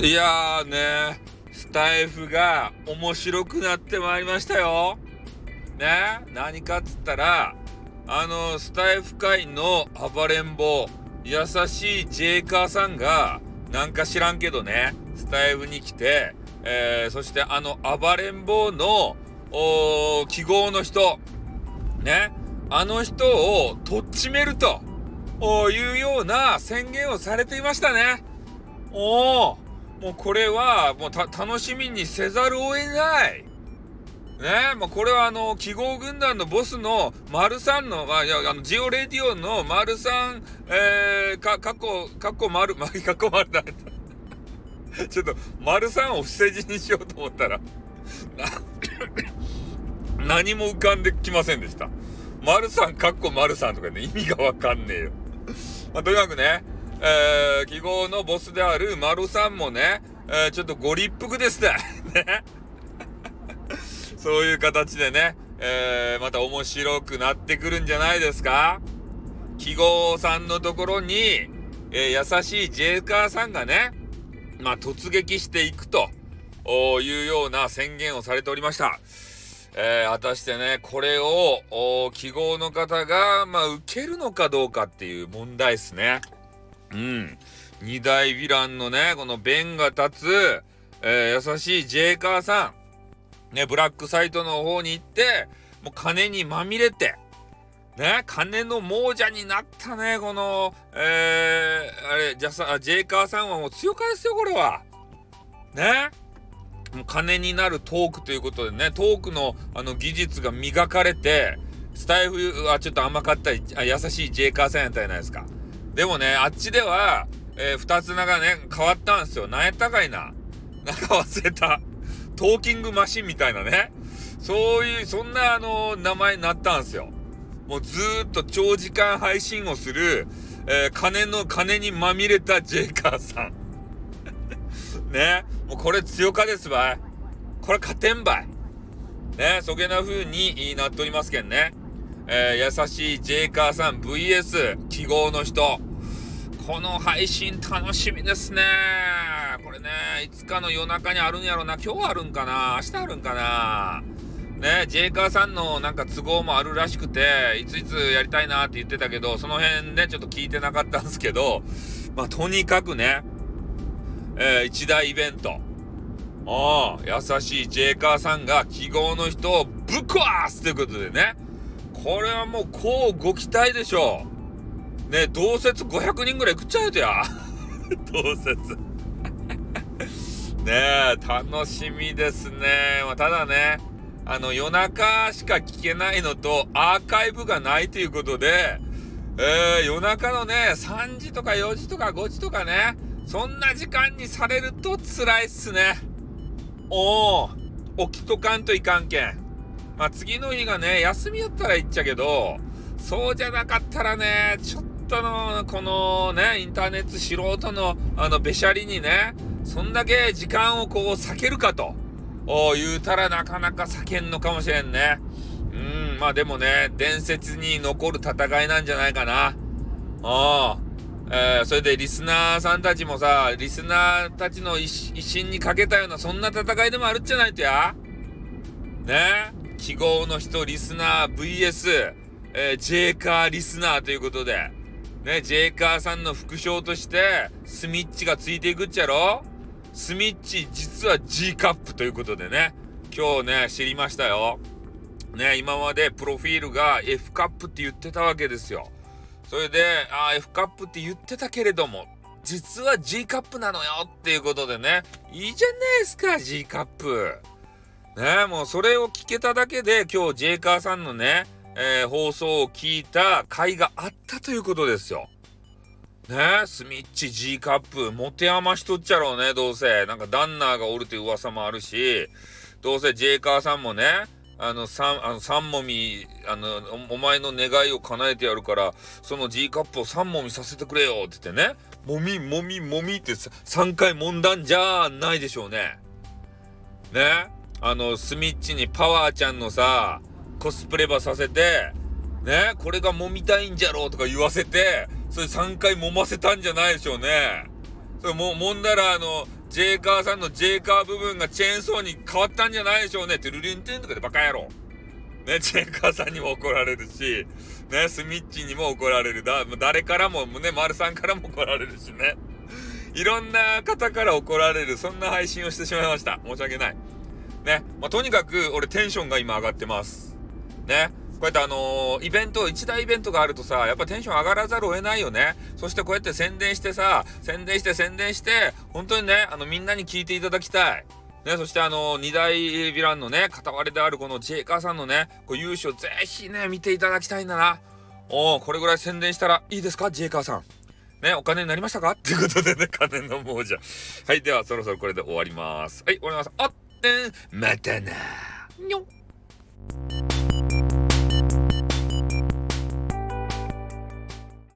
いやーね、スタイフが面白くなってまいりましたよ。ね、何かっつったら、スタイフ界の暴れん坊、優しいジェイカーさんが、なんか知らんけどね、スタイフに来て、そして暴れん坊の、記号の人、ね、あの人をとっちめるというような宣言をされていましたね。もうこれはもう楽しみにせざるを得ないね。もうこれは記号軍団のボスの丸さんの、ジオレディオの丸さん、かっこ丸だちょっと丸さんを伏せ字にしようと思ったら何も浮かんできませんでした。丸さんかっこ丸さんとかね、意味がわかんねえよ。とにかくね、記号のボスである丸さんもね、ちょっとご立腹ですね。そういう形でね、また面白くなってくるんじゃないですか。記号さんのところに、優しいジェイカーさんがね、突撃していくというような宣言をされておりました。果たしてね、これを記号の方が受けるのかどうかっていう問題ですね。二大ヴィランのね、この弁が立つ、優しいジェイカーさんね、ブラックサイトの方に行ってもう金にまみれてね、金の亡者になったね、このジェイカーさんはもう強かですよ、これはね。もう金になるトークということでね、トークの技術が磨かれて、スタイフはちょっと甘かったり優しいジェイカーさんやったじゃないですか。でもね、あっちでは、二つ名がね変わったんですよ。何やったかいな、なんか忘れた。トーキングマシンみたいなね、そんな名前になったんですよ。もうずーっと長時間配信をする、金にまみれたジェイカーさんね、もうこれ強化ですばい。これ勝てんばいね。そげな風になっておりますけんね。優しいジェイカーさん VS 記号の人、この配信楽しみですね。これね、いつかの夜中にあるんやろな。今日あるんかな、明日あるんかなね。ジェイカーさんのなんか都合もあるらしくて、いついつやりたいなって言ってたけど、その辺ねちょっと聞いてなかったんですけど、とにかくね、一大イベント、優しいジェイカーさんが記号の人をぶっ壊すということでね、これはもうこうご期待でしょうね。同説500人ぐらい食っちゃうとや同説ねえ、楽しみですね。ただね、夜中しか聞けないのとアーカイブがないということで、夜中のね3時とか4時とか5時とかね、そんな時間にされると辛いっすね。起きとかんといかんけん。次の日がね休みやったらいいっちゃけど、そうじゃなかったらね、ちょっとこのねインターネット素人のべしゃりにね、そんだけ時間をこう避けるかと言うたらなかなか避けんのかもしれんね。でもね、伝説に残る戦いなんじゃないかな。それでリスナーさんたちもさ、リスナーたちの一心にかけたようなそんな戦いでもあるっちゃないとやね。記号の人リスナー VS、ジェイカーリスナーということでね、ジェイカーさんの副賞としてスミッチがついていくっちゃろ。スミッチ実は G カップということでね、今日ね知りましたよね。今までプロフィールが F カップって言ってたわけですよ。それでF カップって言ってたけれども実は G カップなのよっていうことでね、いいじゃないですか G カップね。もうそれを聞けただけで今日ジェイカーさんのね、放送を聞いた回があったということですよね。スミッチ G カップ持て余しとっちゃろうね。どうせなんかダンナーがおるという噂もあるし、どうせジェイカーさんもね、サンモミお前の願いを叶えてやるからその G カップを3もみさせてくれよって言ってね、もみって3回揉んだんじゃないでしょうね。ね、スミッチにパワーちゃんのさコスプレばさせてね、これが揉みたいんじゃろうとか言わせて、それ3回揉ませたんじゃないでしょうね。それも揉んだらジェイカーさんのジェイカー部分がチェーンソーに変わったんじゃないでしょうね。トゥルリンテンとかでバカ野郎。ね、ジェイカーさんにも怒られるし、ね、スミッチにも怒られる。誰からも、ね、丸さんからも怒られるしね。いろんな方から怒られる、そんな配信をしてしまいました。申し訳ない。ね、とにかく俺テンションが今上がってます。ね。こうやってイベント、一大イベントがあるとさ、やっぱテンション上がらざるを得ないよね。そしてこうやって宣伝してさ、宣伝して、本当にね、みんなに聞いていただきたい。ね、そして二大ヴィランのね、片割れであるこのジェイカーさんのね、優勝ぜひね、見ていただきたいんだな。これぐらい宣伝したらいいですか、ジェイカーさん。ね、お金になりましたかっていうことでね、金の亡者。はい、ではそろそろこれで終わります。はい、終わります。またな。にょ。